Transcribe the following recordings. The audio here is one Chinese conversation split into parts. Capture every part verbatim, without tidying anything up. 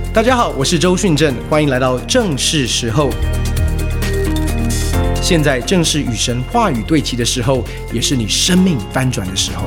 大家好，我是周训正，欢迎来到正是时候。现在正是与神话语对齐的时候，也是你生命翻转的时候。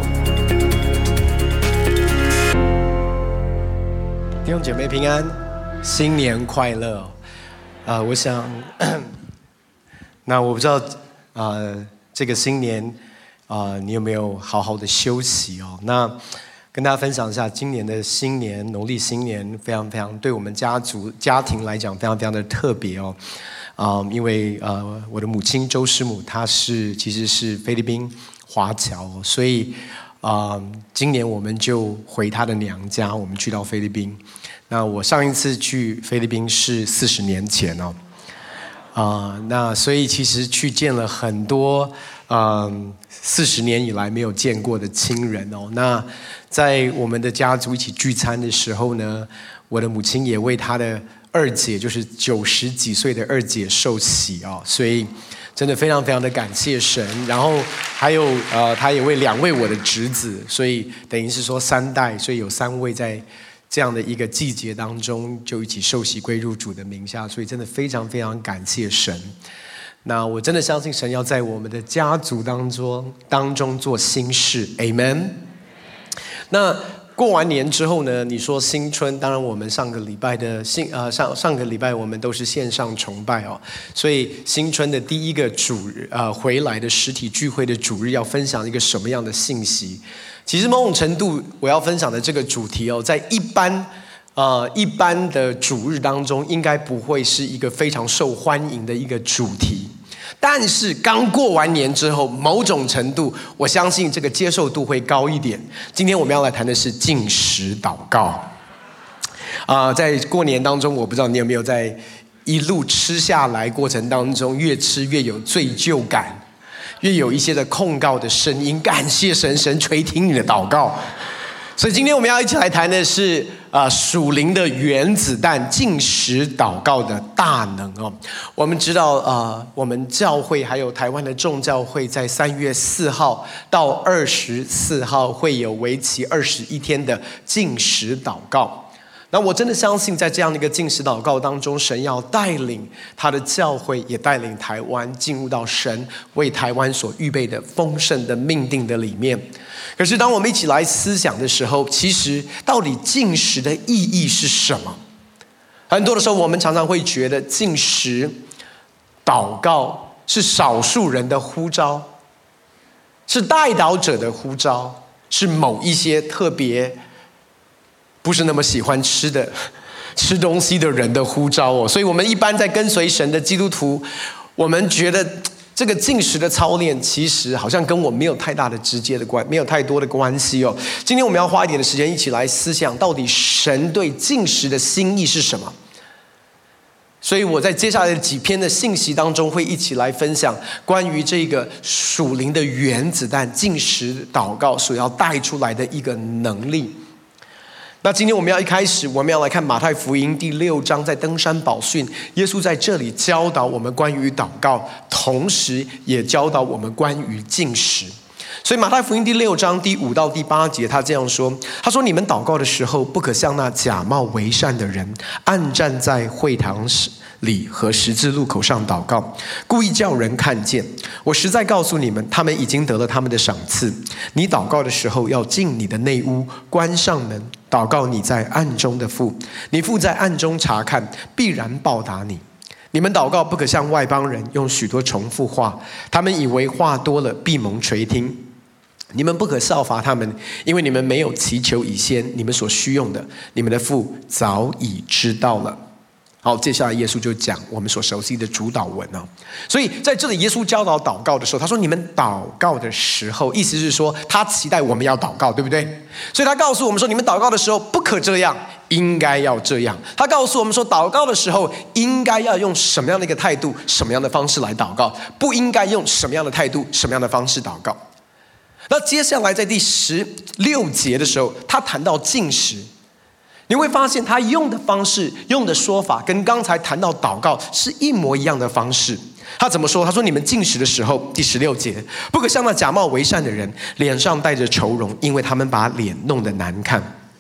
弟兄姐妹平安，新年快乐！啊、呃，我想，那我不知道，呃，这个新年，啊、呃，你有没有好好的休息哦？那跟大家分享一下，今年的新年，农历新年，非常非常对我们家族家庭来讲，非常非常的特别哦。啊、呃，因为呃，我的母亲周师母，她是其实是菲律宾华侨、哦，所以啊、呃，今年我们就回她的娘家，我们去到菲律宾。那我上一次去菲律宾是四十年前哦。啊、呃，那所以其实去见了很多，嗯，四十年以来没有见过的亲人哦。那在我们的家族一起聚餐的时候呢，我的母亲也为她的二姐，就是九十几岁的二姐受洗哦，所以真的非常非常的感谢神。然后还有呃，她也为两位我的侄子，所以等于是说三代，所以有三位在这样的一个季节当中就一起受洗归入主的名下，所以真的非常非常感谢神。那我真的相信神要在我们的家族当中当中做新事 ，Amen。那过完年之后呢？你说新春，当然我们上个礼拜的新呃上上个礼拜我们都是线上崇拜哦，所以新春的第一个主日呃回来的实体聚会的主日要分享一个什么样的信息？其实某种程度我要分享的这个主题哦，在一般呃一般的主日当中，应该不会是一个非常受欢迎的一个主题。但是刚过完年之后，某种程度，我相信这个接受度会高一点。今天我们要来谈的是禁食祷告。啊、呃，在过年当中，我不知道你有没有在一路吃下来过程当中，越吃越有罪疚感，越有一些的控告的声音。感谢神，神垂听你的祷告。所以今天我们要一起来谈的是啊，属灵的原子弹禁食祷告的大能哦。我们知道啊、呃，我们教会还有台湾的众教会在三月四号到二十四号会有为期二十一天的禁食祷告。那我真的相信，在这样的一个禁食祷告当中，神要带领他的教会，也带领台湾进入到神为台湾所预备的丰盛的命定的里面。可是当我们一起来思想的时候，其实到底禁食的意义是什么？很多的时候我们常常会觉得禁食祷告是少数人的呼召，是代祷者的呼召，是某一些特别不是那么喜欢吃的吃东西的人的呼召哦。所以我们一般在跟随神的基督徒，我们觉得这个禁食的操练其实好像跟我没有太大的直接的关，没有太多的关系哦。今天我们要花一点的时间一起来思想，到底神对禁食的心意是什么。所以我在接下来的几篇的信息当中，会一起来分享关于这个属灵的原子弹禁食祷告所要带出来的一个能力。那今天我们要一开始，我们要来看马太福音第六章，在登山宝训，耶稣在这里教导我们关于祷告，同时也教导我们关于禁食。所以马太福音第六章第五到第八节，他这样说：他说，你们祷告的时候，不可像那假冒为善的人，暗站在会堂里和十字路口上祷告，故意叫人看见。我实在告诉你们，他们已经得了他们的赏赐。你祷告的时候，要进你的内屋，关上门，祷告你在暗中的父，你父在暗中查看，必然报答你。你们祷告不可像外邦人，用许多重复话，他们以为话多了必蒙垂听。你们不可效法他们，因为你们没有祈求以先，你们所需用的，你们的父早已知道了。好，接下来耶稣就讲我们所熟悉的主祷文哦。所以在这里，耶稣教导祷告的时候，他说：“你们祷告的时候，意思是说他期待我们要祷告，对不对？所以他告诉我们说，你们祷告的时候不可这样，应该要这样。他告诉我们说，祷告的时候应该要用什么样的一个态度、什么样的方式来祷告，不应该用什么样的态度、什么样的方式祷告。”那接下来在第十六节的时候，他谈到禁食，你会发现他用的方式、用的说法跟刚才谈到祷告是一模一样的方式。他怎么说？他说：“你们禁食的时候，第十六节，不可像那假冒为善的人，脸上带着愁容，因为他们把脸弄得难看。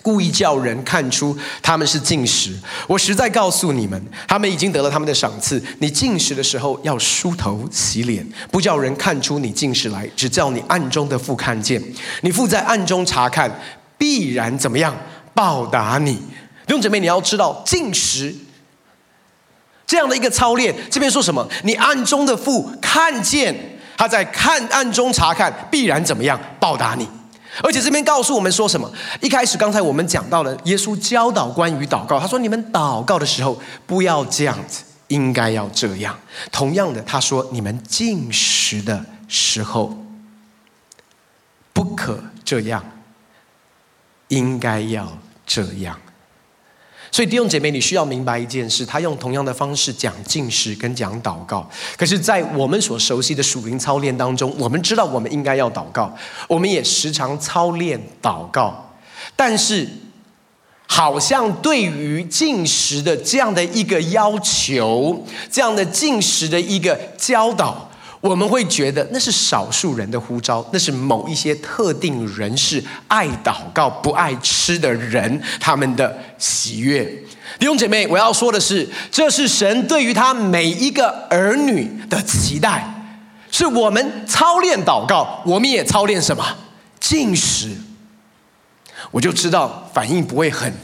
故意叫人看出他们是禁食。我实在告诉你们，他们已经得了他们的赏赐。你禁食的时候要梳头洗脸，不叫人看出你禁食来，只叫你暗中的父看见。你父在暗中查看，必然怎么样报答你。弟兄姐妹，你要知道禁食这样的一个操练，这边说什么？你暗中的父看见，他在看暗中查看，必然怎么样报答你。而且这边告诉我们说什么？一开始刚才我们讲到了耶稣教导关于祷告，他说你们祷告的时候不要这样子，应该要这样。同样的，他说你们禁食的时候不可这样，应该要这样。所以弟兄姐妹，你需要明白一件事，他用同样的方式讲禁食跟讲祷告，可是在我们所熟悉的属灵操练当中，我们知道我们应该要祷告，我们也时常操练祷告，但是好像对于禁食的这样的一个要求，这样的禁食的一个教导，我们会觉得那是少数人的呼召，那是某一些特定人士爱祷告不爱吃的人他们的喜悦。弟兄姐妹，我要说的是，这是神对于他每一个儿女的期待，是我们操练祷告，我们也操练什么？禁食。我就知道反应不会很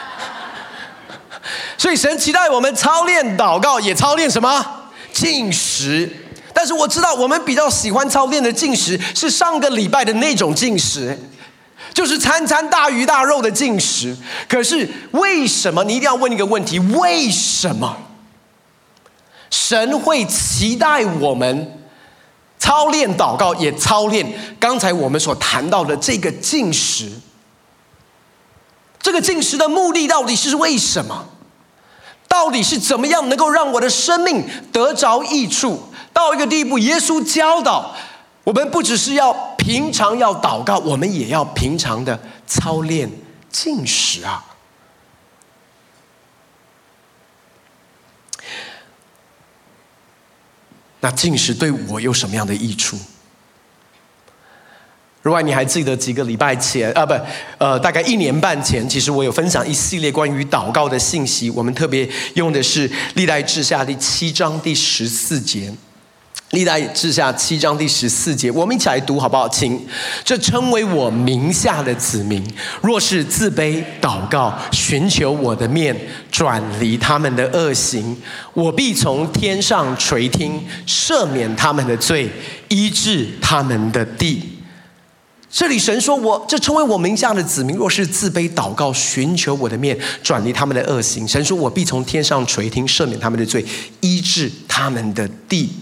所以神期待我们操练祷告，也操练什么？禁食。但是我知道我们比较喜欢操练的禁食是上个礼拜的那种禁食，就是餐餐大鱼大肉的禁食。可是为什么，你一定要问一个问题，为什么神会期待我们操练祷告，也操练刚才我们所谈到的这个禁食？这个禁食的目的到底是为什么？到底是怎么样能够让我的生命得着益处？到一个地步，耶稣教导我们不只是要平常要祷告，我们也要平常的操练禁食啊。那禁食对我有什么样的益处？如果你还记得几个礼拜前啊，不，呃，大概一年半前，其实我有分享一系列关于祷告的信息。我们特别用的是历代志下第七章第十四节。历代志下七章第十四节，我们一起来读好不好？请，这称为我名下的子民，若是自卑祷告，寻求我的面，转离他们的恶行，我必从天上垂听，赦免他们的罪，医治他们的地。这里神说我这称为我名下的子民，若是自卑祷告，寻求我的面，转离他们的恶行，神说我必从天上垂听，赦免他们的罪，医治他们的地。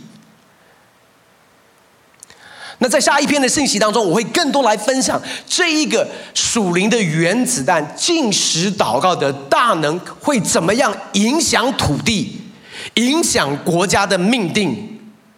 那在下一篇的信息当中，我会更多来分享这一个属灵的原子弹禁食祷告的大能会怎么样影响土地，影响国家的命定。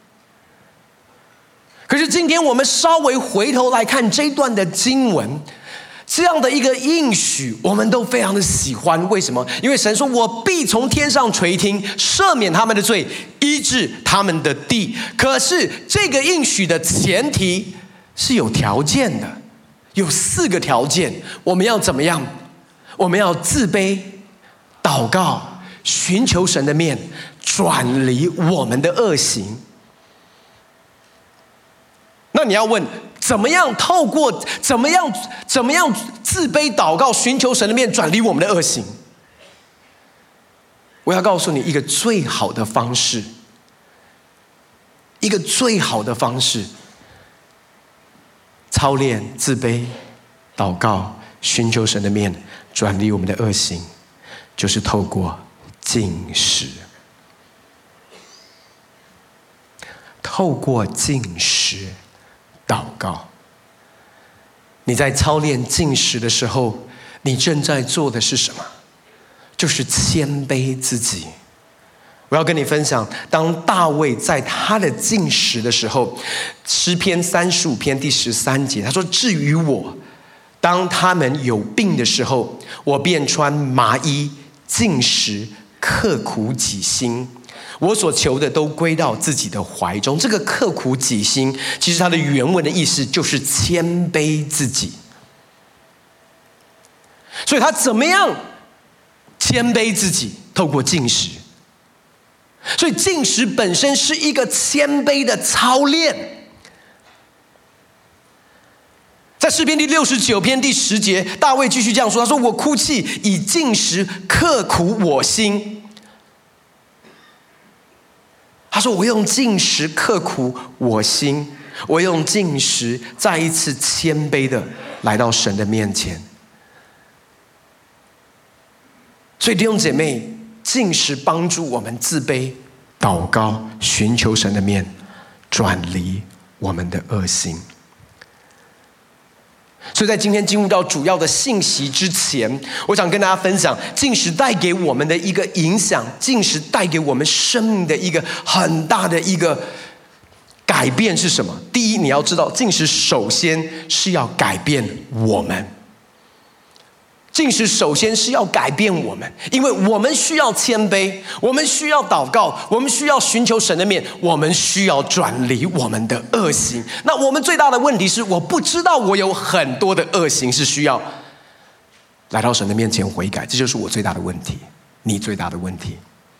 可是今天我们稍微回头来看这段的经文，这样的一个应许我们都非常的喜欢。为什么？因为神说我必从天上垂听，赦免他们的罪，医治他们的地。可是这个应许的前提是有条件的，有四个条件。我们要怎么样？我们要自卑祷告，寻求神的面，转离我们的恶行。那你要问，怎么样透过怎么样怎么样自卑祷告，寻求神的面，转离我们的恶行？我要告诉你一个最好的方式，一个最好的方式，操练自卑祷告，寻求神的面，转离我们的恶行，就是透过禁食。透过禁食祷告。你在操练禁食的时候，你正在做的是什么？就是谦卑自己。我要跟你分享，当大卫在他的禁食的时候，诗篇三十五篇第十三节，他说：至于我，当他们有病的时候，我便穿麻衣，禁食，刻苦己心。我所求的都归到自己的怀中。这个刻苦己心，其实它的原文的意思就是谦卑自己。 所以他怎么样谦卑自己？透过禁食。所以禁食本身是一个谦卑的操练。在诗篇第六十九篇第十节，大卫继续这样说：“他说，我哭泣，以禁食刻苦我心。”他说：“我用禁食刻苦我心，我用禁食再一次谦卑的来到神的面前。”所以弟兄姐妹，禁食帮助我们自卑、祷告、寻求神的面，转离我们的恶行。所以在今天进入到主要的信息之前，我想跟大家分享禁食带给我们的一个影响，禁食带给我们生命的一个很大的一个改变是什么？第一，你要知道禁食首先是要改变我们。禁食首先是要改变我们，因为我们需要谦卑，我们需要祷告，我们需要寻求神的面，我们需要转离我们的恶行。那我们最大的问题是，我不知道我有很多的恶行是需要来到神的面前悔改，这就是我最大的问题，你最大的问题。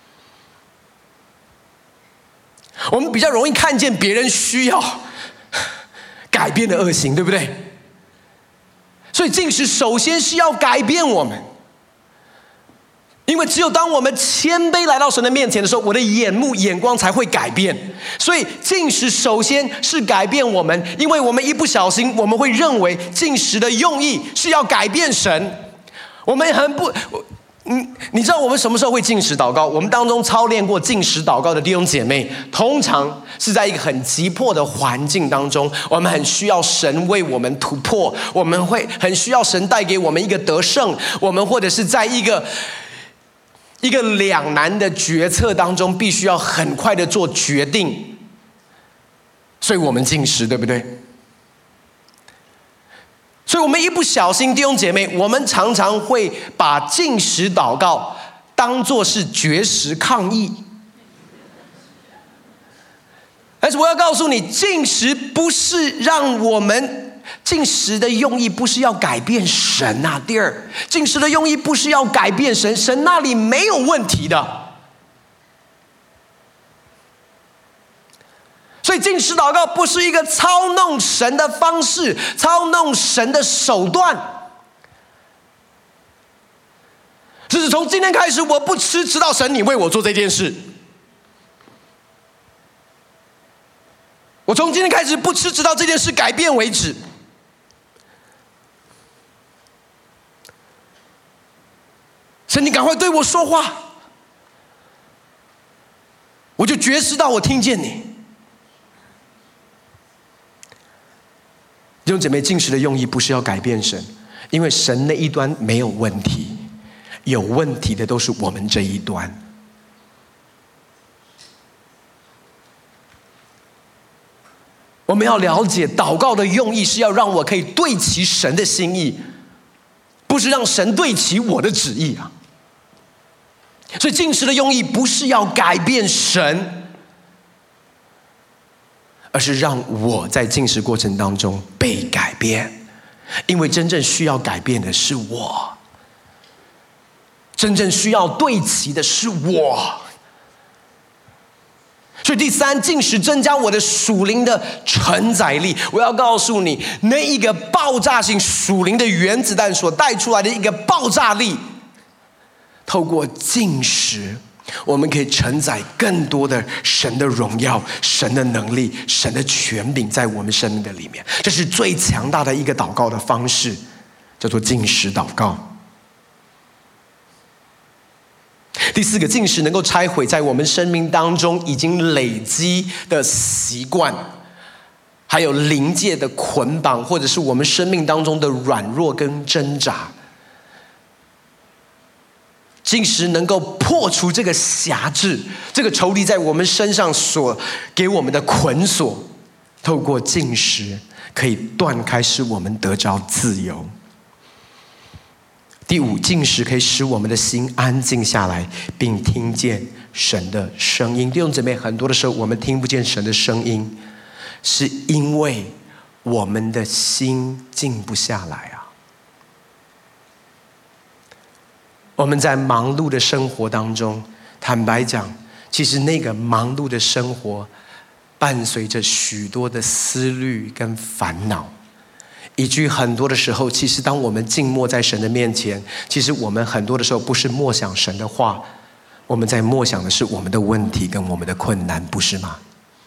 我们比较容易看见别人需要改变的恶行，对不对？所以禁食首先是要改变我们，因为只有当我们谦卑来到神的面前的时候，我的眼目眼光才会改变。所以禁食首先是改变我们，因为我们一不小心，我们会认为禁食的用意是要改变神。我们很不，你你知道我们什么时候会禁食祷告？我们当中操练过禁食祷告的弟兄姐妹，通常是在一个很急迫的环境当中，我们很需要神为我们突破，我们会很需要神带给我们一个得胜，我们或者是在一个一个两难的决策当中，必须要很快的做决定，所以我们禁食，对不对？所以我们一不小心，弟兄姐妹，我们常常会把禁食祷告当作是绝食抗议。但是我要告诉你，禁食不是让我们，禁食的用意不是要改变神啊。第二，禁食的用意不是要改变神，神那里没有问题的。所以禁食祷告不是一个操弄神的方式，操弄神的手段。就是从今天开始，我不吃，直到神你为我做这件事。我从今天开始不吃，直到这件事改变为止。神，你赶快对我说话，我就觉知到我听见你。弟兄姐妹，禁食的用意不是要改变神，因为神那一端没有问题，有问题的都是我们这一端。我们要了解，祷告的用意是要让我可以对齐神的心意，不是让神对齐我的旨意啊。所以禁食的用意不是要改变神，而是让我在禁食过程当中被改变，因为真正需要改变的是我，真正需要对齐的是我。所以第三，禁食增加我的属灵的承载力。我要告诉你，那一个爆炸性属灵的原子弹所带出来的一个爆炸力，透过禁食，我们可以承载更多的神的荣耀、神的能力、神的权柄在我们生命的里面。这是最强大的一个祷告的方式，叫做禁食祷告。第四个，禁食能够拆毁在我们生命当中已经累积的习惯，还有灵界的捆绑，或者是我们生命当中的软弱跟挣扎。禁食能够破除这个辖制，这个仇敌在我们身上所给我们的捆锁，透过禁食可以断开，使我们得着自由。第五，禁食可以使我们的心安静下来，并听见神的声音。弟兄姊妹，很多的时候我们听不见神的声音，是因为我们的心静不下来啊。 我们在忙碌的生活当中，坦白讲，其实那个忙碌的生活伴随着许多的思虑跟烦恼，以至于很多的时候，其实当我们静默在神的面前，其实我们很多的时候不是默想神的话，我们在默想的是我们的问题跟我们的困难，不是吗？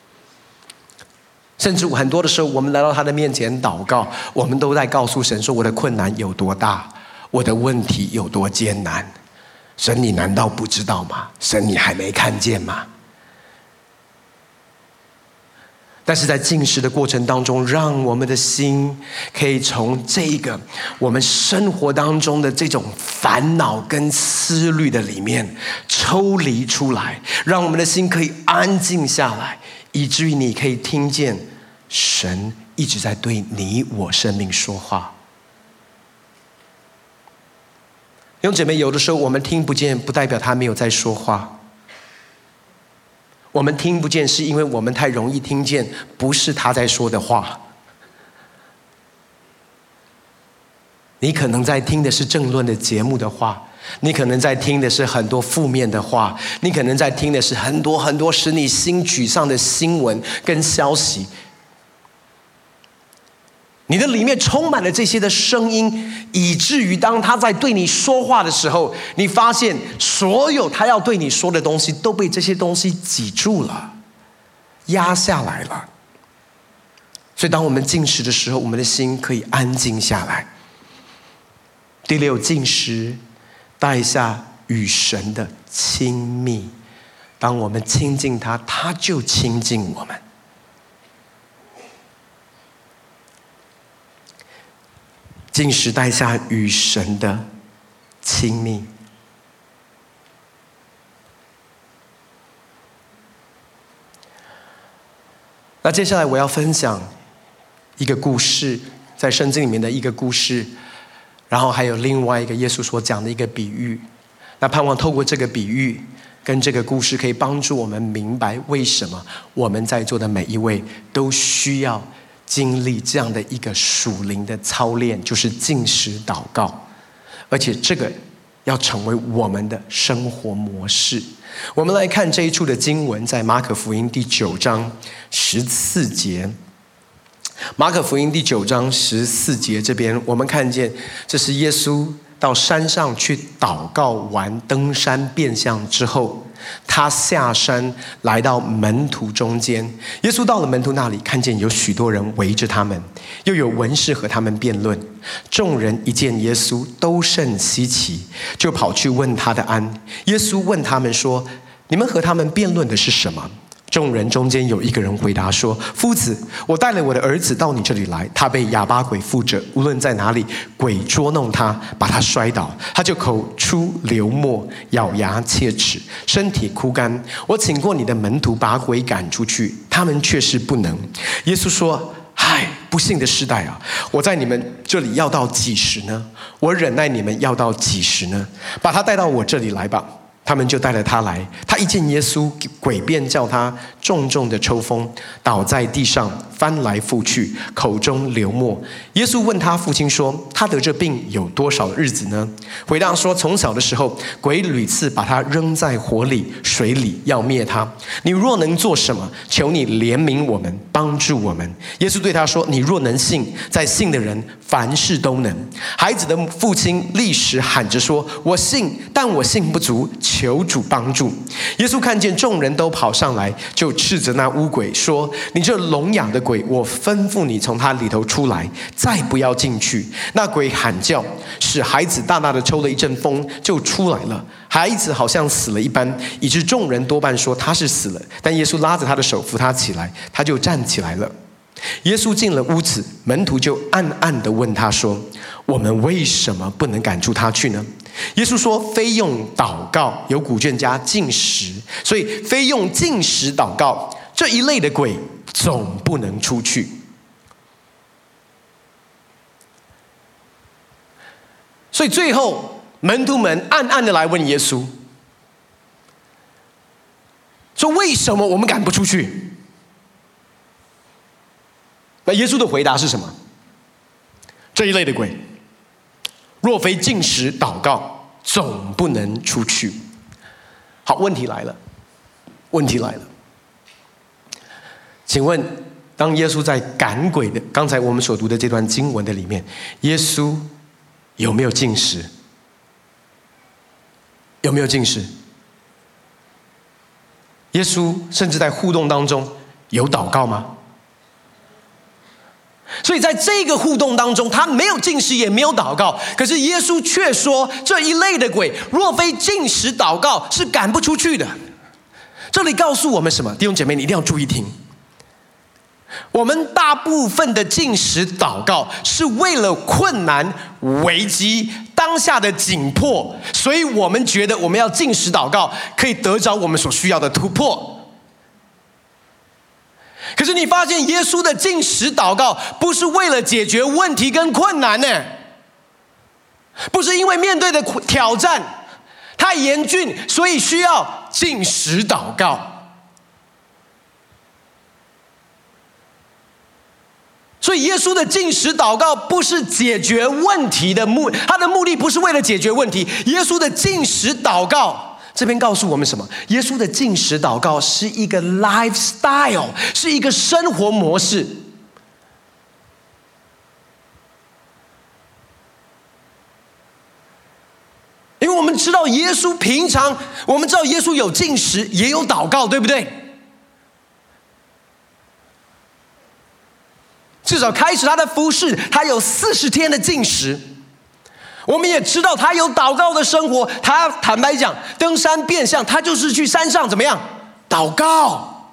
甚至很多的时候，我们来到他的面前祷告，我们都在告诉神说，我的困难有多大，我的问题有多艰难。神，你难道不知道吗？神，你还没看见吗？但是在禁食的过程当中，让我们的心可以从这个我们生活当中的这种烦恼跟思虑的里面抽离出来，让我们的心可以安静下来，以至于你可以听见神一直在对你我生命说话。弟兄姐妹，有的时候我们听不见，不代表他没有在说话。我们听不见，是因为我们太容易听见不是他在说的话。你可能在听的是政论的节目的话，你可能在听的是很多负面的话，你可能在听的是很多很多使你心沮丧的新闻跟消息。你的里面充满了这些的声音，以至于当他在对你说话的时候，你发现所有他要对你说的东西都被这些东西挤住了，压下来了。所以当我们禁食的时候，我们的心可以安静下来。第六，禁食带下与神的亲密。当我们亲近他，他就亲近我们。禁食带下与神的亲密。那接下来我要分享一个故事，在圣经里面的一个故事，然后还有另外一个耶稣所讲的一个比喻。那盼望透过这个比喻跟这个故事，可以帮助我们明白为什么我们在座的每一位都需要经历这样的一个属灵的操练，就是禁食祷告，而且这个要成为我们的生活模式。我们来看这一处的经文，在马可福音第九章十四节。马可福音第九章十四节这边，我们看见这是耶稣到山上去祷告完，登山变相之后，他下山来到门徒中间。耶稣到了门徒那里，看见有许多人围着他们，又有文士和他们辩论。众人一见耶稣，都甚稀奇，就跑去问他的安。耶稣问他们说：你们和他们辩论的是什么？众人中间有一个人回答说：夫子，我带了我的儿子到你这里来，他被哑巴鬼附着，无论在哪里，鬼捉弄他，把他摔倒，他就口出流沫，咬牙切齿，身体枯干。我请过你的门徒把鬼赶出去，他们却是不能。耶稣说：唉，不幸的世代啊，我在你们这里要到几时呢？我忍耐你们要到几时呢？把他带到我这里来吧。他们就带了他来，他一见耶稣，鬼便叫他重重的抽风，倒在地上，翻来覆去，口中流沫。耶稣问他父亲说：他得这病有多少日子呢？回答说：从小的时候，鬼屡次把他扔在火里、水里，要灭他。你若能做什么，求你怜悯我们，帮助我们。耶稣对他说：你若能信，在信的人凡事都能。孩子的父亲立时喊着说：我信，但我信不足，求主帮助。耶稣看见众人都跑上来，就斥责那污鬼说：你这聋哑的鬼，我吩咐你从他里头出来，再不要进去。那鬼喊叫，使孩子大大的抽了一阵风，就出来了。孩子好像死了一般，以致众人多半说他是死了。但耶稣拉着他的手扶他起来，他就站起来了。耶稣进了屋子，门徒就暗暗地问他说：我们为什么不能赶出他去呢？耶稣说：非用祷告，有古卷加禁食，所以非用禁食祷告，这一类的鬼总不能出去。所以最后门徒们暗暗的来问耶稣，说：为什么我们赶不出去？那耶稣的回答是什么？这一类的鬼，若非禁食祷告， 总不能出去。好，问题来了，问题来了。请问，当耶稣在赶鬼的刚才我们所读的这段经文的里面，耶稣有没有禁食？有没有禁食？耶稣甚至在互动当中有祷告吗？所以在这个互动当中，他没有禁食也没有祷告，可是耶稣却说，这一类的鬼若非禁食祷告是赶不出去的。这里告诉我们什么？弟兄姐妹，你一定要注意听。我们大部分的禁食祷告是为了困难、危机、当下的紧迫，所以我们觉得我们要禁食祷告，可以得着我们所需要的突破。可是你发现耶稣的禁食祷告不是为了解决问题跟困难呢，不是因为面对的挑战太严峻，所以需要禁食祷告。所以耶稣的禁食祷告不是解决问题的目，他的目的不是为了解决问题。耶稣的禁食祷告这边告诉我们什么？耶稣的禁食祷告是一个 lifestyle， 是一个生活模式。因为我们知道耶稣平常，我们知道耶稣有禁食也有祷告，对不对？至少开始他的服事，他有四十天的禁食。我们也知道他有祷告的生活。他坦白讲，登山变相，他就是去山上怎么样祷告。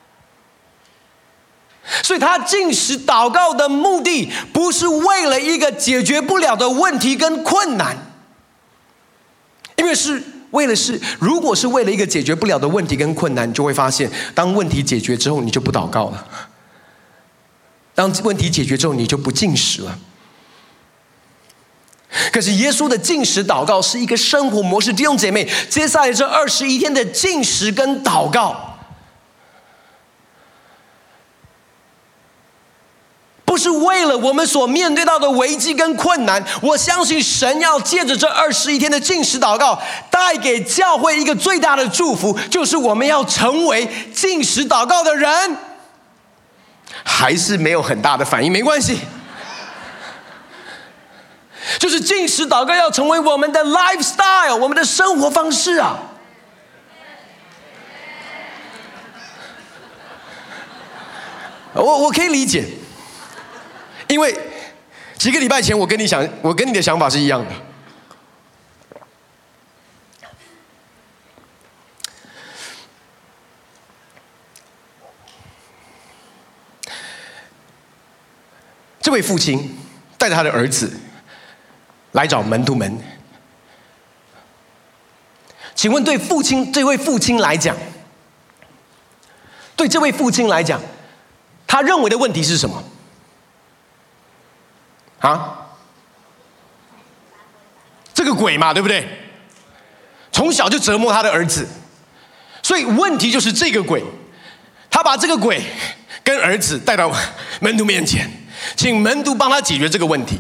所以他禁食祷告的目的，不是为了一个解决不了的问题跟困难，因为是为了是，如果是为了一个解决不了的问题跟困难，你就会发现，当问题解决之后，你就不祷告了。当问题解决之后，你就不禁食了。可是耶稣的禁食祷告是一个生活模式。弟兄姐妹，接下来这二十一天的禁食跟祷告，不是为了我们所面对到的危机跟困难。我相信神要借着这二十一天的禁食祷告，带给教会一个最大的祝福，就是我们要成为禁食祷告的人。还是没有很大的反应，没关系。就是禁食祷告要成为我们的 lifestyle， 我们的生活方式啊。我我可以理解，因为几个礼拜前我跟你想，我跟你的想法是一样的。这位父亲带着他的儿子来找门徒们。请问对父亲这位父亲来讲，对这位父亲来讲，他认为的问题是什么？啊？这个鬼嘛，对不对？从小就折磨他的儿子，所以问题就是这个鬼。他把这个鬼跟儿子带到门徒面前，请门徒帮他解决这个问题。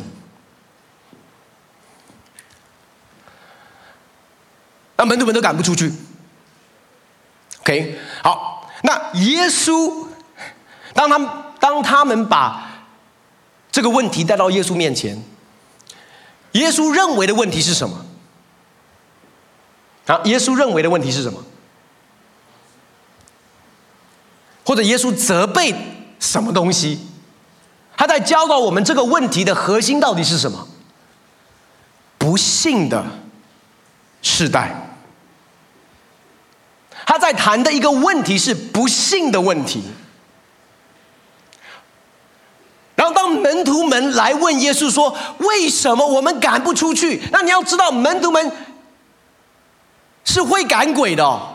那门徒们都赶不出去。OK， 好，那耶稣当他们当他们把这个问题带到耶稣面前，耶稣认为的问题是什么？啊，耶稣认为的问题是什么？或者耶稣责备什么东西？他在教导我们这个问题的核心到底是什么？不信的世代。他在谈的一个问题是不信的问题。然后当门徒们来问耶稣说，为什么我们赶不出去？那你要知道，门徒们是会赶鬼的哦。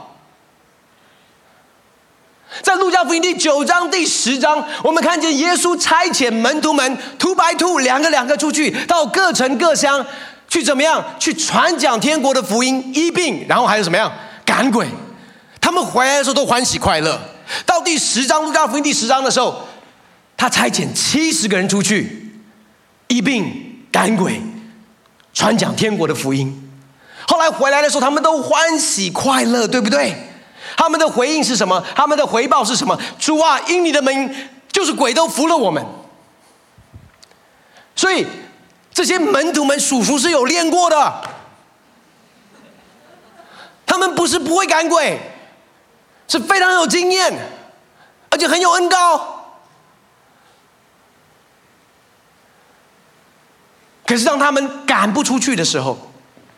在路加福音第九章第十章，我们看见耶稣差遣门徒们 two by two 两个两个出去，到各城各乡去怎么样？去传讲天国的福音，医病，然后还有什么样？赶鬼。他们回来的时候都欢喜快乐。到第十章，路加福音第十章的时候，他差遣七十个人出去，医病、赶鬼，传讲天国的福音。 后来回来的时候，他们都欢喜快乐，对不对？他们的回应是什么？他们的回报是什么？主啊，因你的名，就是鬼都服了我们。所以这些门徒们属属是有练过的，他们不是不会赶鬼，是非常有经验，而且很有恩膏。可是当他们赶不出去的时候，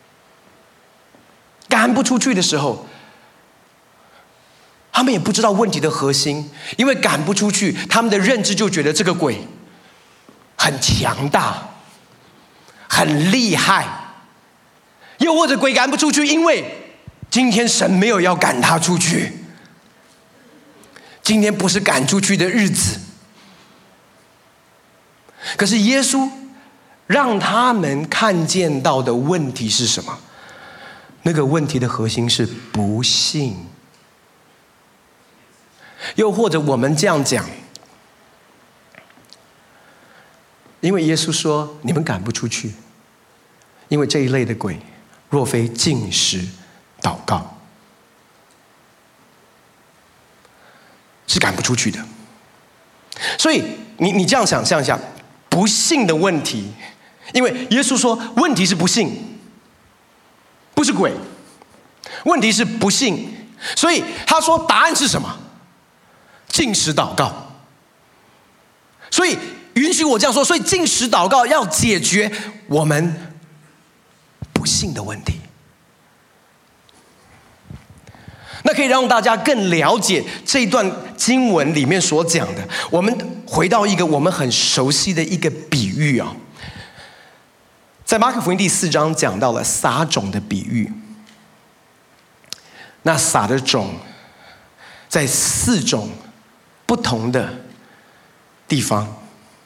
赶不出去的时候，他们也不知道问题的核心，因为赶不出去，他们的认知就觉得这个鬼很强大，很厉害。又或者鬼赶不出去，因为今天神没有要赶他出去，今天不是赶出去的日子。可是耶稣让他们看见到的问题是什么？那个问题的核心是不信。又或者我们这样讲，因为耶稣说你们赶不出去，因为这一类的鬼若非禁食祷告是赶不出去的。所以你你这样想象一下，不信的问题，因为耶稣说问题是不信，不是鬼，问题是不信。所以他说答案是什么？禁食祷告。所以允许我这样说，所以禁食祷告要解决我们不信的问题。那可以让大家更了解这一段经文里面所讲的。我们回到一个我们很熟悉的一个比喻啊，在马可福音第四章讲到了撒种的比喻。那撒的种在四种不同的地方。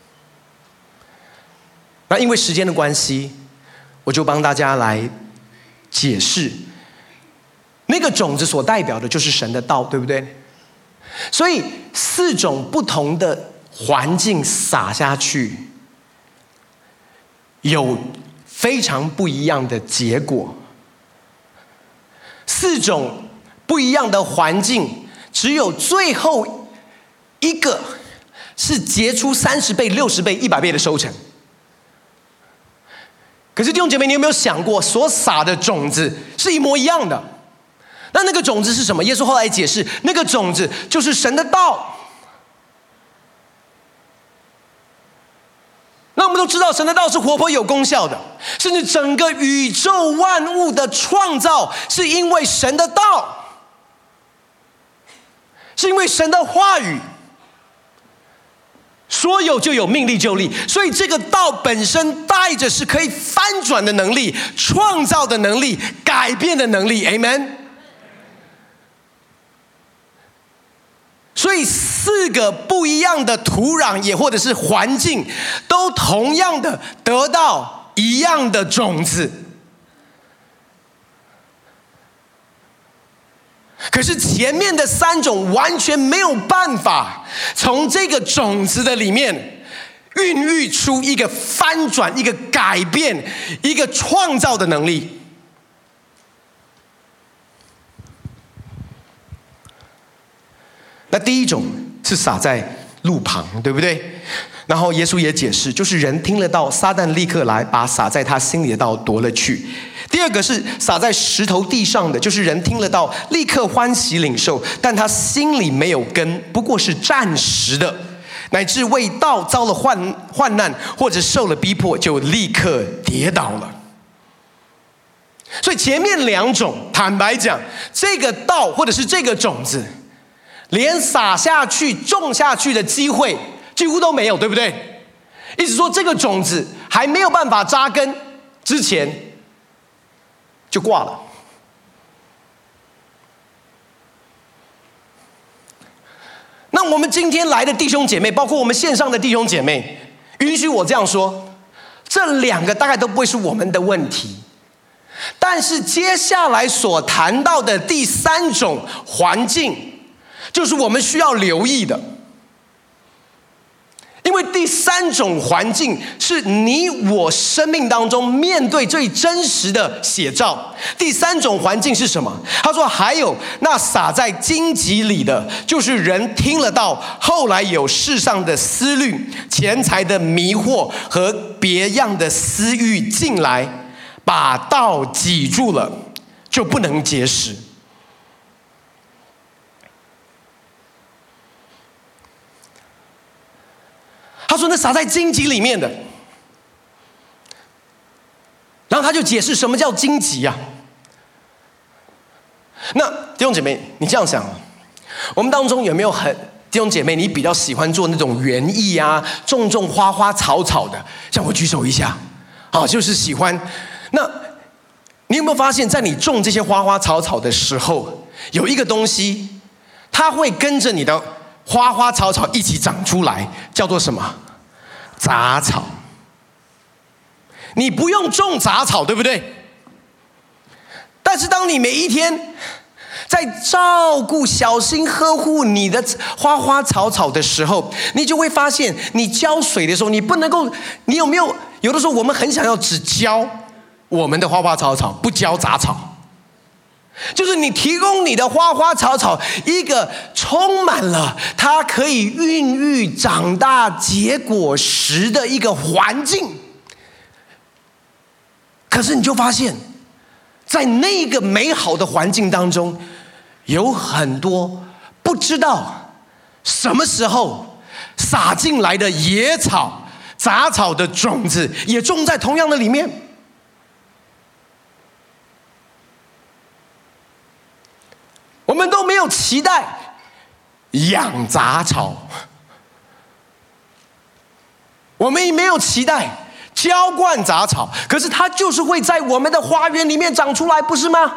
那因为时间的关系，我就帮大家来解释，那个种子所代表的就是神的道，对不对？所以四种不同的环境撒下去，有非常不一样的结果。四种不一样的环境，只有最后一个是结出三十倍、六十倍、一百倍的收成。可是弟兄姐妹，你有没有想过，所撒的种子是一模一样的？那那个种子是什么？耶稣后来解释，那个种子就是神的道。那我们都知道，神的道是活泼有功效的，甚至整个宇宙万物的创造是因为神的道，是因为神的话语。说有就有，命立就立。所以这个道本身带着是可以翻转的能力、创造的能力、改变的能力。 Amen。 所以四个不一样的土壤也或者是环境，都同样的得到一样的种子。可是前面的三种完全没有办法从这个种子的里面孕育出一个翻转、一个改变、一个创造的能力。那第一种是撒在路旁，对不对？然后耶稣也解释，就是人听了道，撒旦立刻来把撒在他心里的道夺了去。第二个是撒在石头地上的，就是人听了道，立刻欢喜领受，但他心里没有根，不过是暂时的，乃至为道遭了患患难，或者受了逼迫，就立刻跌倒了。所以前面两种，坦白讲，这个道或者是这个种子，连撒下去、种下去的机会几乎都没有，对不对？意思说，这个种子还没有办法扎根之前，就挂了。那我们今天来的弟兄姐妹，包括我们线上的弟兄姐妹，允许我这样说，这两个大概都不会是我们的问题。但是接下来所谈到的第三种环境，就是我们需要留意的。 因为第三种环境是你我生命当中面对最真实的写照。第三种环境是什么？他说还有那撒在荆棘里的，就是人听了道，后来有世上的思虑、钱财的迷惑和别样的私欲进来，把道挤住了，就不能结实。他说那撒在荆棘里面的，然后他就解释什么叫荆棘啊。那弟兄姐妹，你这样想啊，我们当中有没有很弟兄姐妹，你比较喜欢做那种园艺啊，种种花花草草的？像我举手一下，啊，就是喜欢。那你有没有发现，在你种这些花花草草的时候，有一个东西，它会跟着你的花花草草一起长出来，叫做什么？杂草。你不用种杂草，对不对？但是当你每一天在照顾、小心呵护你的花花草草的时候，你就会发现，你浇水的时候，你不能够，你有没有？有的时候我们很想要只浇我们的花花草草，不浇杂草。就是你提供你的花花草草一个充满了它可以孕育、长大、结果实的一个环境。可是你就发现，在那个美好的环境当中，有很多不知道什么时候撒进来的野草、杂草的种子，也种在同样的里面。我们都没有期待养杂草，我们也没有期待浇灌杂草，可是它就是会在我们的花园里面长出来，不是吗？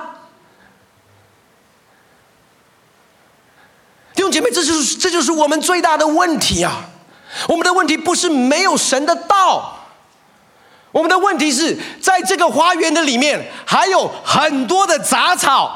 弟兄姐妹，这就是这就是我们最大的问题啊！我们的问题不是没有神的道，我们的问题是在这个花园的里面还有很多的杂草。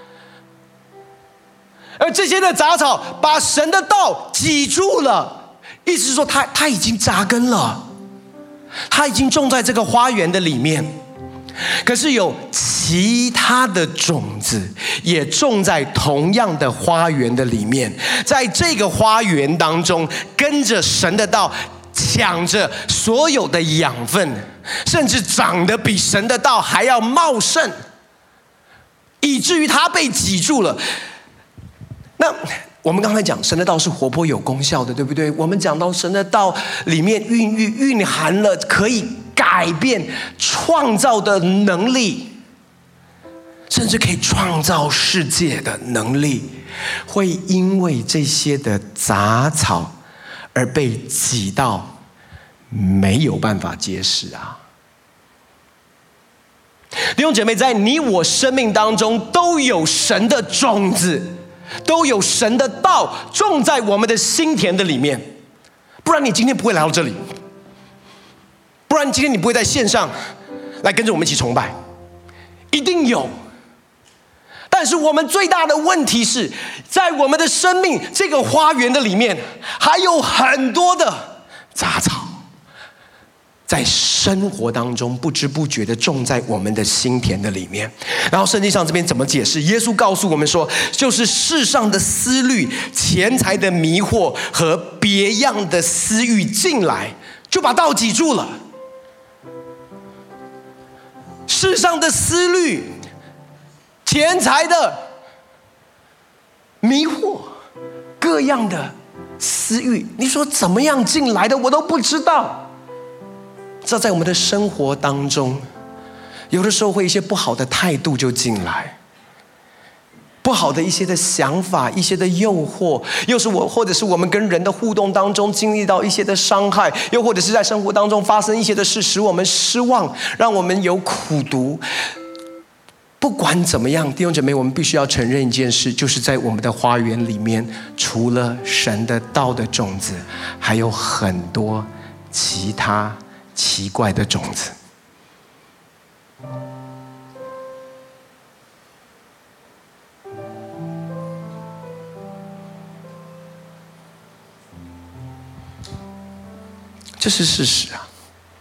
而这些的杂草把神的道挤住了，意思是说它它已经扎根了，它已经种在这个花园的里面。可是有其他的种子也种在同样的花园的里面，在这个花园当中，跟着神的道，抢着所有的养分，甚至长得比神的道还要茂盛，以至于它被挤住了。那我们刚才讲神的道是活泼有功效的，对不对？我们讲到神的道里面孕育蕴含了可以改变创造的能力，甚至可以创造世界的能力，会因为这些的杂草而被挤到没有办法结实啊。弟兄姐妹，在你我生命当中都有神的种子，都有神的道种在我们的心田的里面，不然你今天不会来到这里，不然今天你不会在线上来跟着我们一起崇拜，一定有。但是我们最大的问题是，在我们的生命这个花园的里面，还有很多的杂草，在生活当中不知不觉的种在我们的心田的里面。然后圣经上这边怎么解释？耶稣告诉我们说，就是世上的思虑、钱财的迷惑和别样的私欲进来，就把道挤住了。世上的思虑、钱财的迷惑、各样的私欲，你说怎么样进来的，我都不知道。这在我们的生活当中，有的时候会一些不好的态度就进来，不好的一些的想法，一些的诱惑，又是我或者是我们跟人的互动当中经历到一些的伤害，又或者是在生活当中发生一些的事，使我们失望，让我们有苦毒。不管怎么样，弟兄姐妹，我们必须要承认一件事，就是在我们的花园里面，除了神的道的种子，还有很多其他奇怪的种子。 这是事实啊。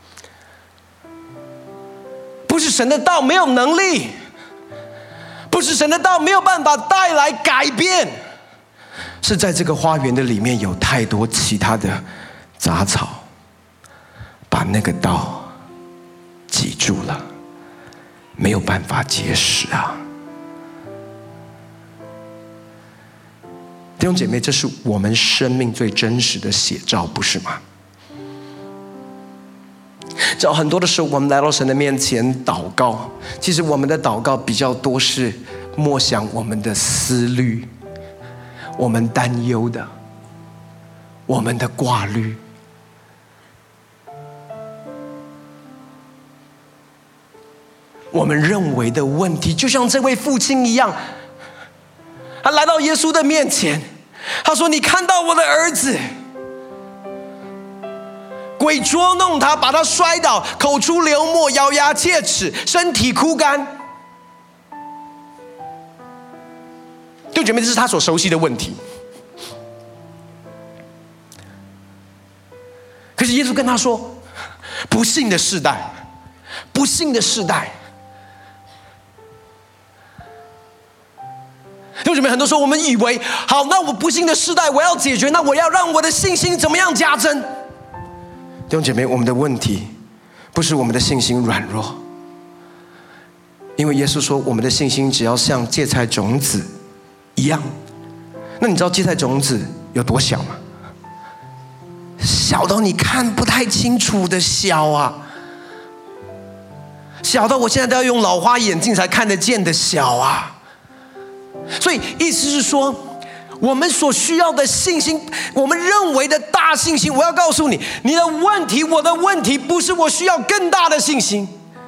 不是神的道没有能力，不是神的道没有办法带来改变，是在这个花园的里面有太多其他的杂草，把那个道挤住了，没有办法结实啊。弟兄姐妹，这是我们生命最真实的写照，不是吗？知道很多的时候，我们来到神的面前祷告，其实我们的祷告比较多是默想我们的思虑，我们担忧的，我们的挂虑。我们认为的问题，就像这位父亲一样，他来到耶稣的面前，他说：“你看到我的儿子。”鬼捉弄他，把他摔倒，口出流沫，咬牙切齿，身体枯干。弟兄姐妹，这是他所熟悉的问题。可是耶稣跟他说：“不幸的世代，不幸的世代。”弟兄姐妹，很多时候我们以为，好，那我不幸的世代我要解决，那我要让我的信心怎么样加增？弟兄姐妹，我们的问题不是我们的信心软弱，因为耶稣说我们的信心只要像芥菜种子一样。那你知道芥菜种子有多小吗？小到你看不太清楚的小啊，小到我现在都要用老花眼镜才看得见的小啊。所以意思是说，我们所需要的信心，我们认为的大信心，我要告诉你，你的问题，我的问题，不是我需要更大的信心。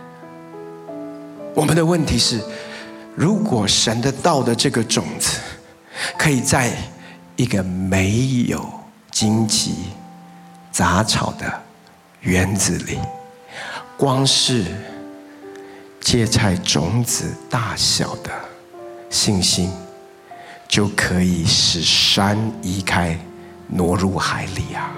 我们的问题是，如果神的道的这个种子，可以在一个没有荆棘杂草的园子里，光是芥菜种子大小的信心，就可以使山移开，挪入海里啊！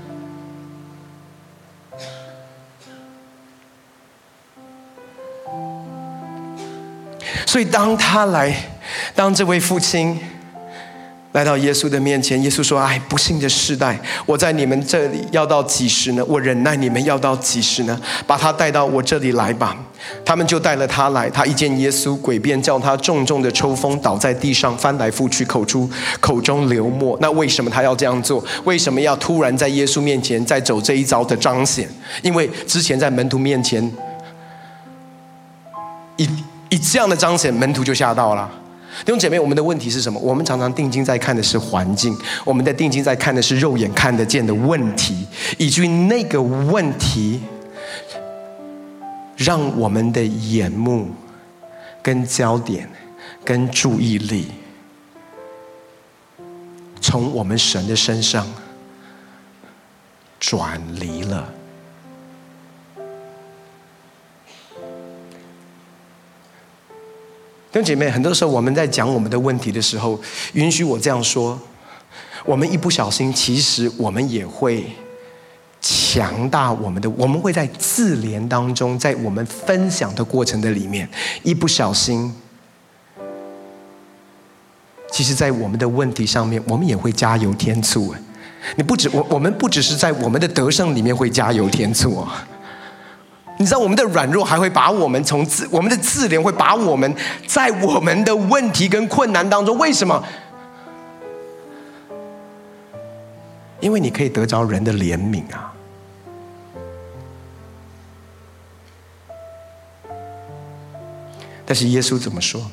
所以当他来，当这位父亲来到耶稣的面前，耶稣说：“哎，不幸的世代，我在你们这里要到几时呢？我忍耐你们要到几时呢？把他带到我这里来吧。”他们就带了他来，他一见耶稣，鬼便叫他重重的抽风，倒在地上，翻来覆去，口出口中流沫。那为什么他要这样做？为什么要突然在耶稣面前再走这一招的彰显？因为之前在门徒面前，以以这样的彰显，门徒就吓到了。弟兄姐妹，我们的问题是什么？我们常常定睛在看的是环境，我们的定睛在看的是肉眼看得见的问题，以至于那个问题让我们的眼目跟焦点跟注意力从我们神的身上转离了。弟兄姐妹，很多时候我们在讲我们的问题的时候，允许我这样说，我们一不小心，其实我们也会强大我们的，我们会在自怜当中，在我们分享的过程的里面，一不小心，其实在我们的问题上面，我们也会加油添醋。你不止我，我们不只是在我们的得胜里面会加油添醋哦。你知道我们的软弱还会把我们从自我们的自怜会把我们在我们的问题跟困难当中，为什么？因为你可以得着人的怜悯啊。但是耶稣怎么说？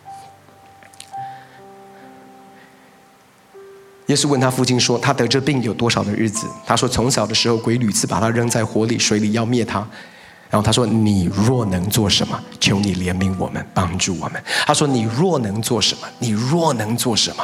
耶稣问他父亲说：“他得这病有多少的日子？”他说：“从小的时候，鬼屡次把他扔在火里、水里，要灭他。”然后他说：“你若能做什么，求你怜悯我们，帮助我们。”他说：“你若能做什么？你若能做什么？”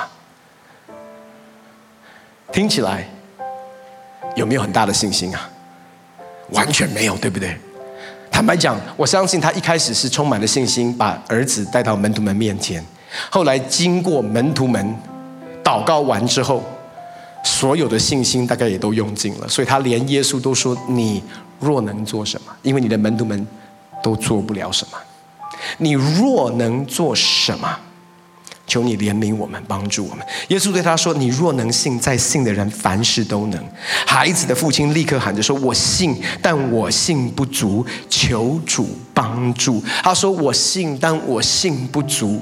听起来有没有很大的信心啊？完全没有，对不对？坦白讲，我相信他一开始是充满了信心，把儿子带到门徒们面前。后来经过门徒们祷告完之后， 所有的信心大概也都用尽了，所以他连耶稣都说：“你若能做什么？因为你的门徒们都做不了什么。你若能做什么？求你怜悯我们，帮助我们。”耶稣对他说：“你若能信，在信的人凡事都能。”孩子的父亲立刻喊着说：“我信，但我信不足，求主帮助。”他说：“我信，但我信不足。”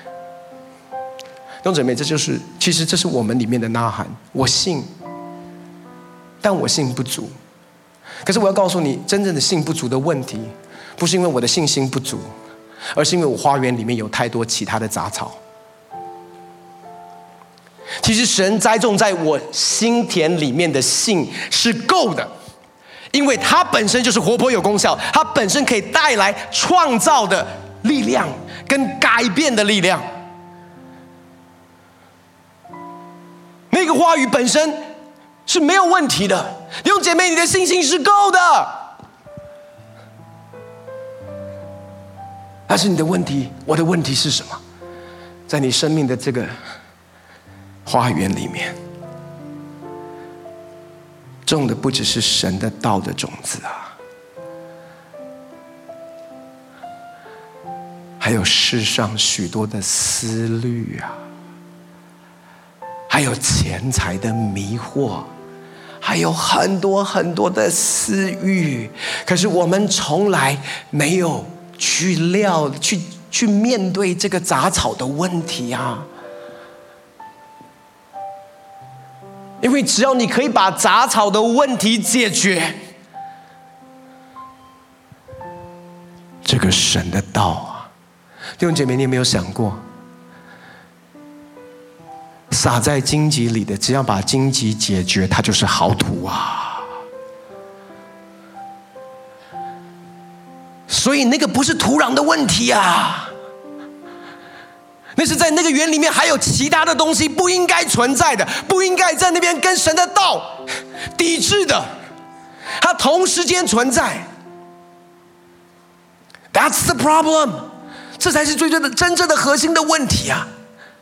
弟兄姐妹，这就是其实这是我们里面的呐喊：我信，但我信不足。可是我要告诉你，真正的信不足的问题，不是因为我的信心不足，而是因为我花园里面有太多其他的杂草。其实神栽种在我心田里面的信是够的，因为它本身就是活泼有功效，它本身可以带来创造的力量跟改变的力量。那个话语本身是没有问题的，弟兄姐妹，你的信心是够的。但是你的问题，我的问题是什么？在你生命的这个花园里面，种的不只是神的道的种子啊，还有世上许多的思虑啊，还有钱财的迷惑，还有很多很多的私欲。可是我们从来没有去料去去面对这个杂草的问题啊。因为只要你可以把杂草的问题解决，这个神的道啊，弟兄姐妹，你有没有想过，撒在荆棘里的，只要把荆棘解决，它就是好土啊。所以那个不是土壤的问题啊，那是在那个园里面还有其他的东西不应该存在的，不应该在那边跟神的道抵制的，它同时间存在。That's the problem， 这才是最最的真正的核心的问题啊。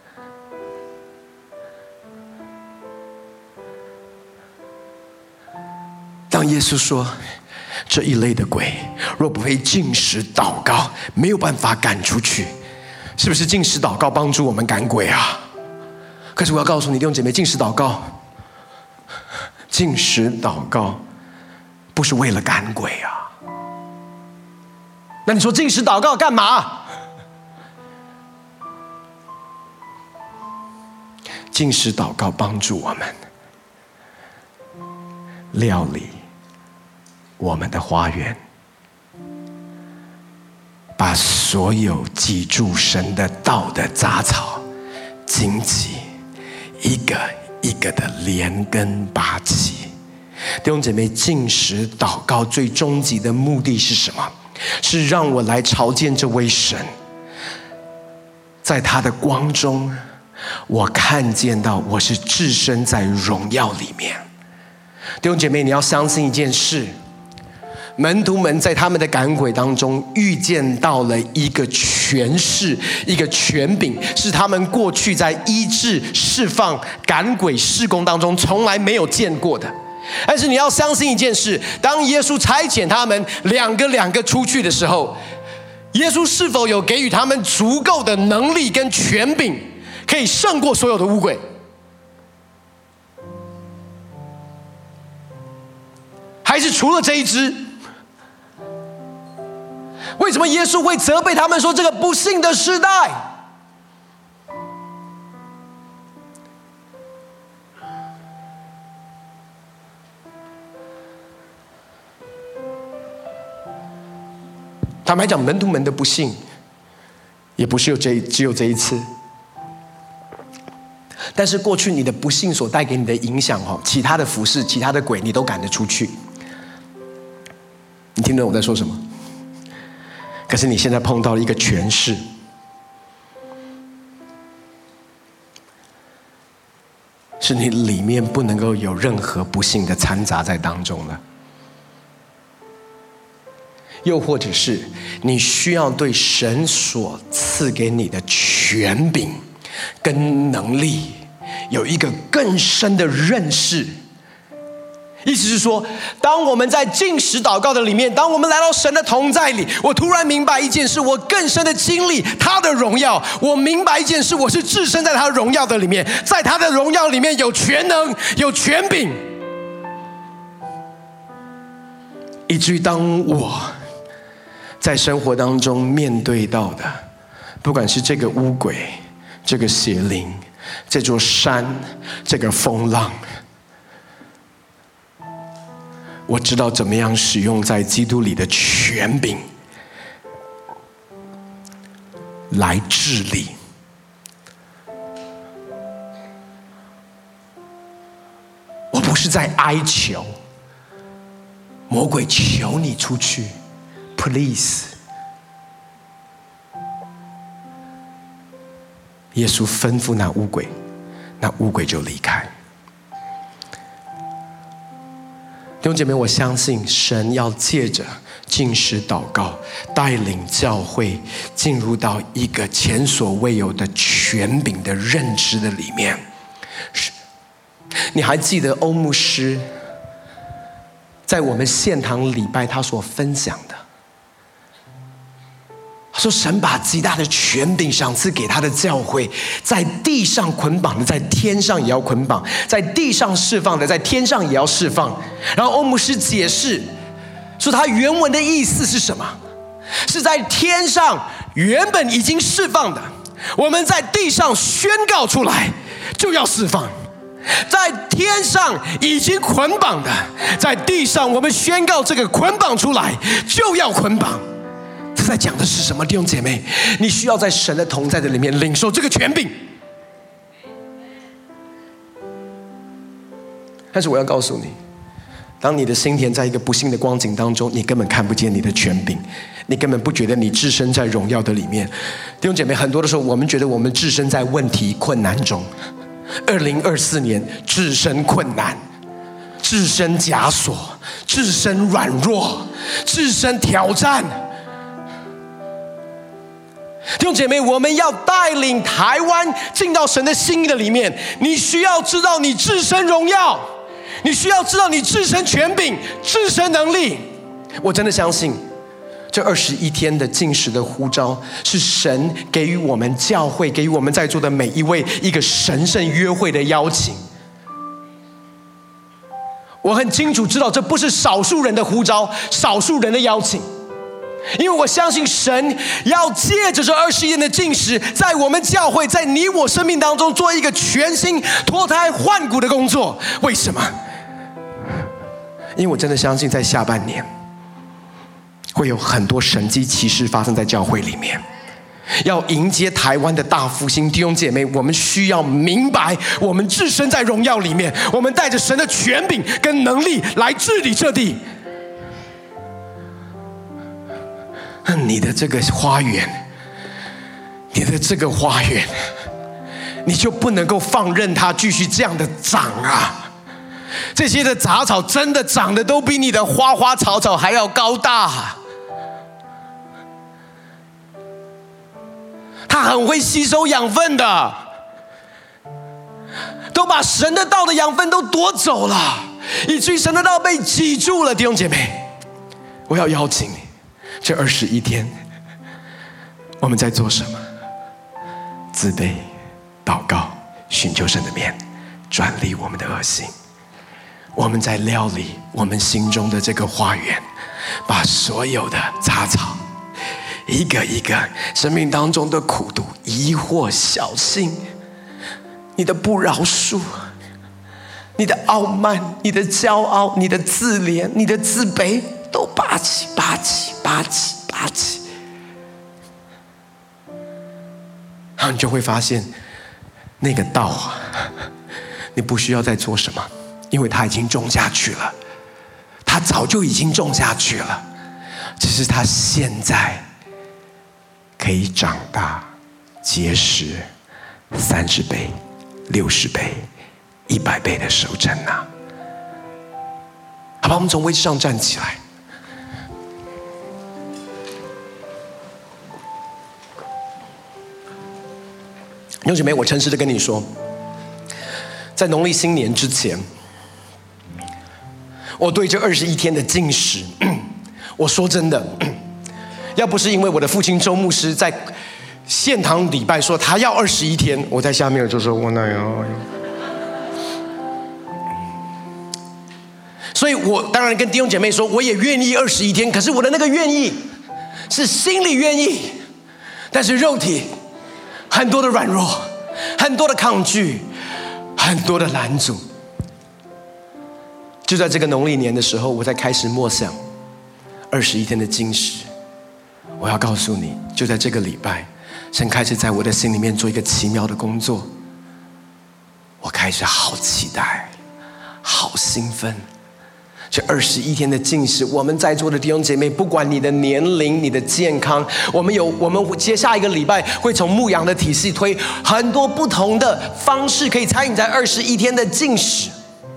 当耶稣说这一类的鬼若不会禁食祷告，没有办法赶出去，是不是禁食祷告帮助我们赶鬼啊？可是我要告诉你，弟兄姐妹，禁食祷告禁食祷告不是为了赶鬼啊。那你说禁食祷告干嘛？禁食祷告帮助我们料理我们的花园，把所有记住神的道的杂草荆棘一个一个的连根拔起。弟兄姐妹，禁食祷告最终极的目的是什么？是让我来朝见这位神，在他的光中，我看见到我是置身在荣耀里面。弟兄姐妹，你要相信一件事，门徒们在他们的赶鬼当中遇见到了一个权势，一个权柄，是他们过去在医治、释放、赶鬼事工当中从来没有见过的。但是你要相信一件事，当耶稣差遣他们两个两个出去的时候，耶稣是否有给予他们足够的能力跟权柄，可以胜过所有的污鬼？还是除了这一只？为什么耶稣会责备他们说这个不幸的时代？坦白讲，门徒们的不幸也不是有这只有这一次，但是过去你的不幸所带给你的影响，其他的服事、其他的鬼你都赶得出去。你听懂我在说什么？可是你现在碰到了一个权势，是你里面不能够有任何不幸的掺杂在当中了。又或者是你需要对神所赐给你的权柄跟能力有一个更深的认识。意思是说，当我们在禁食祷告的里面，当我们来到神的同在里，我突然明白一件事，我更深的经历他的荣耀。我明白一件事，我是置身在他的荣耀的里面，在他的荣耀里面有全能，有权柄，以至于当我在生活当中面对到的，不管是这个污鬼、这个邪灵、这座山、这个风浪，我知道怎么样使用在基督里的权柄来治理。我不是在哀求魔鬼，求你出去 ，please。耶稣吩咐那污鬼，那污鬼就离开。弟兄姐妹，我相信神要借着禁食祷告，带领教会进入到一个前所未有的权柄的认知的里面。你还记得欧牧师在我们献堂礼拜他所分享的，他说神把极大的权柄赏赐给他的教会，在地上捆绑的，在天上也要捆绑；在地上释放的，在天上也要释放。然后欧牧师解释说，他原文的意思是什么？是在天上原本已经释放的，我们在地上宣告出来就要释放；在天上已经捆绑的，在地上我们宣告这个捆绑出来就要捆绑。这在讲的是什么？弟兄姐妹，你需要在神的同在的里面领受这个权柄。但是我要告诉你，当你的心田在一个不幸的光景当中，你根本看不见你的权柄，你根本不觉得你置身在荣耀的里面。弟兄姐妹，很多的时候我们觉得我们置身在问题困难中。二零二四年置身困难，置身枷锁，置身软弱，置身挑战。弟兄姐妹，我们要带领台湾进到神的心意的里面，你需要知道你置身荣耀，你需要知道你置身权柄，置身能力。我真的相信这二十一天的禁食的呼召，是神给予我们教会，给予我们在座的每一位一个神圣约会的邀请。我很清楚知道，这不是少数人的呼召，少数人的邀请。因为我相信神要借着这二十一天的禁食，在我们教会，在你我生命当中做一个全新脱胎换骨的工作。为什么？因为我真的相信在下半年会有很多神迹奇事发生在教会里面。要迎接台湾的大复兴，弟兄姐妹，我们需要明白，我们置身在荣耀里面，我们带着神的权柄跟能力来治理这地。你的这个花园，你的这个花园，你就不能够放任它继续这样的长啊！这些的杂草真的长得都比你的花花草草还要高大，它很会吸收养分的，都把神的道的养分都夺走了，以至于神的道被挤住了。弟兄姐妹，我要邀请你，这二十一天我们在做什么？自卑、祷告、寻求神的面，转离我们的恶行。我们在料理我们心中的这个花园，把所有的杂草一个一个生命当中的苦毒、疑惑、小心，你的不饶恕，你的傲慢，你的骄傲，你的自怜，你的自卑，都拔起拔起拔起拔起，然后你就会发现那个道啊，你不需要再做什么，因为它已经种下去了，它早就已经种下去了，只是它现在可以长大结实三十倍、六十倍、一百倍的收成啊！好吧，我们从位置上站起来。弟兄姐妹，我诚实的跟你说， 在农历新年之前，我对这二十一天的禁食，我说真的，要不是因为我的父亲周牧师在献堂礼拜说他要二十一天，我在下面就说我哪有。所以我当然跟弟兄姐妹说，我也愿意二十一天，可是我的那个愿意是心里愿意，但是肉体很多的软弱，很多的抗拒，很多的拦阻。就在这个农历年的时候，我在开始默想二十一天的禁食。我要告诉你，就在这个礼拜，神开始在我的心里面做一个奇妙的工作。我开始好期待，好兴奋。这二十一天的禁食，我们在座的弟兄姐妹，不管你的年龄、你的健康，我们有我们接下一个礼拜会从牧养的体系推很多不同的方式，可以参与在二十一天的禁食。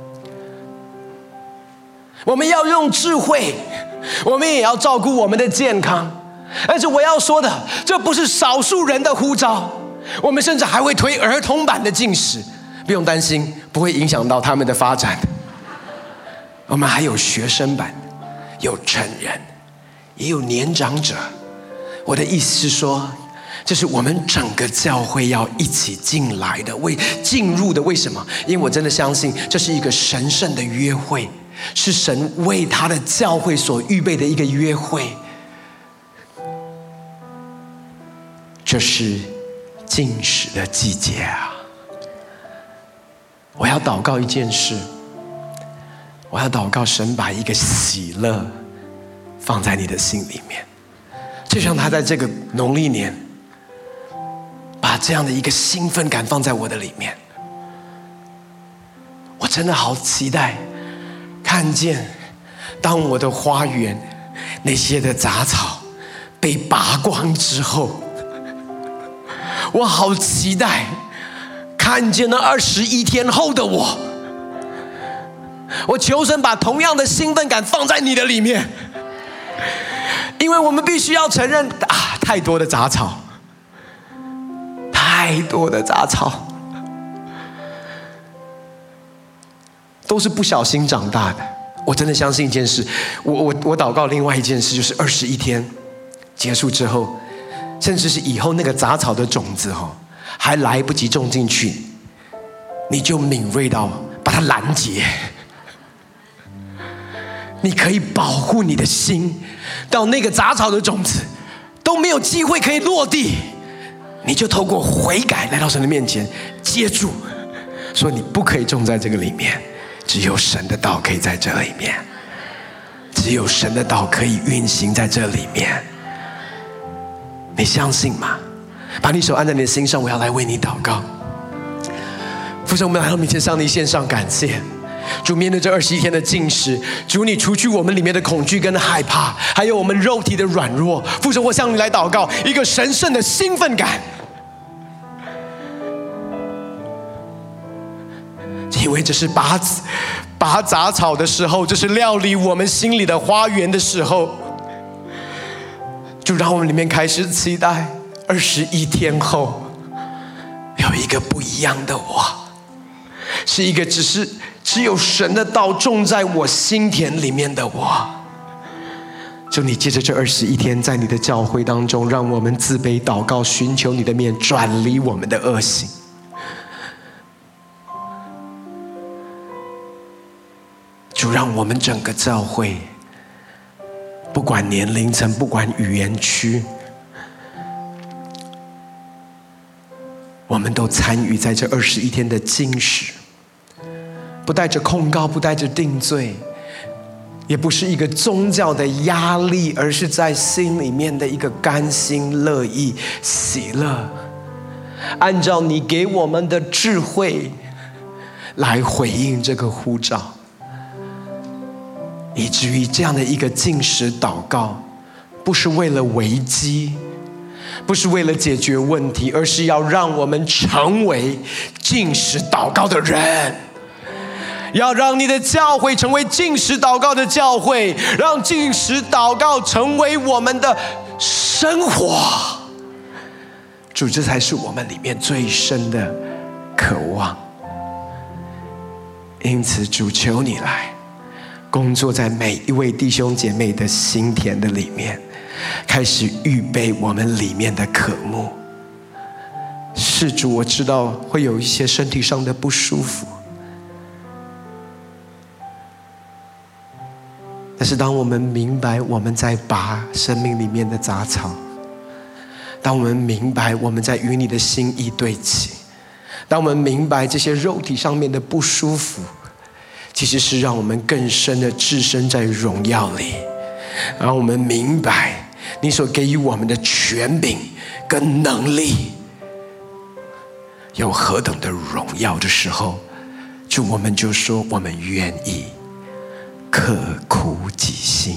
我们要用智慧，我们也要照顾我们的健康。但是我要说的，这不是少数人的呼召，我们甚至还会推儿童版的禁食，不用担心，不会影响到他们的发展。我们还有学生版，有成人，也有年长者。我的意思是说，这是我们整个教会要一起进来的，为进入的。为什么？因为我真的相信，这是一个神圣的约会，是神为他的教会所预备的一个约会。这是禁食的季节啊！我要祷告一件事。我要祷告神把一个喜乐放在你的心里面，就像他在这个农历年把这样的一个兴奋感放在我的里面。我真的好期待看见当我的花园那些的杂草被拔光之后，我好期待看见那二十一天后的我。我求神把同样的兴奋感放在你的里面，因为我们必须要承认啊，太多的杂草，太多的杂草，都是不小心长大的。我真的相信一件事，我我我祷告另外一件事，就是二十一天结束之后，甚至是以后那个杂草的种子哈，还来不及种进去，你就敏锐到把它拦截。你可以保护你的心，到那个杂草的种子都没有机会可以落地，你就透过悔改来到神的面前接住，说你不可以种在这个里面，只有神的道可以在这里面，只有神的道可以运行在这里面。你相信吗？把你手按在你的心上，我要来为你祷告。父神，我们来到面前向你献上感谢。主，面对这二十一天的禁食，主你除去我们里面的恐惧跟害怕，还有我们肉体的软弱。父神，我向你来祷告一个神圣的兴奋感，因为这是拔拔杂草的时候，这是料理我们心里的花园的时候。就让我们里面开始期待二十一天后有一个不一样的我，是一个只是只有神的道种在我心田里面的我。就你借着这二十一天，在你的教会当中，让我们自卑祷告，寻求你的面，转离我们的恶行。就让我们整个教会，不管年龄层，不管语言区，我们都参与在这二十一天的禁食，不带着控告，不带着定罪，也不是一个宗教的压力，而是在心里面的一个甘心乐意喜乐，按照你给我们的智慧来回应这个呼召。以至于这样的一个禁食祷告，不是为了危机，不是为了解决问题，而是要让我们成为禁食祷告的人，要让你的教会成为禁食祷告的教会，让禁食祷告成为我们的生活。主，这才是我们里面最深的渴望。 因此主，求你来工作在每一位弟兄姐妹的心田的里面，开始预备我们里面的渴慕。是主，我知道会有一些身体上的不舒服，但是当我们明白我们在拔生命里面的杂草，当我们明白我们在与你的心意对齐，当我们明白这些肉体上面的不舒服其实是让我们更深的置身在荣耀里，让我们明白你所给予我们的权柄跟能力有何等的荣耀的时候，主，我们就说我们愿意刻苦己心，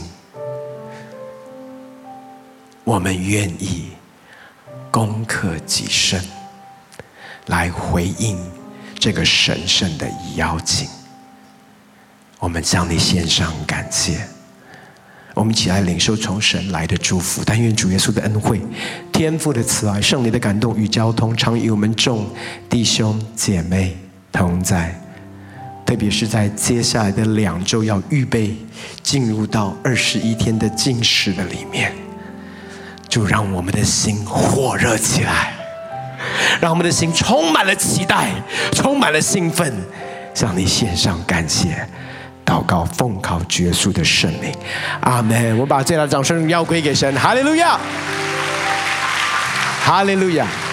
我们愿意攻克己身，来回应这个神圣的邀请。我们向你献上感谢，我们一起来领受从神来的祝福。但愿主耶稣的恩惠、天父的慈爱、圣灵的感动与交通，常与我们众弟兄姐妹同在。特别是在接下来的两周要预备进入到二十一天的禁食的里面，就让我们的心火热起来，让我们的心充满了期待，充满了兴奋，向你献上感谢。祷告奉靠主耶稣的圣名，阿们。我把最大的掌声要归给神，哈利路亚，哈利路亚。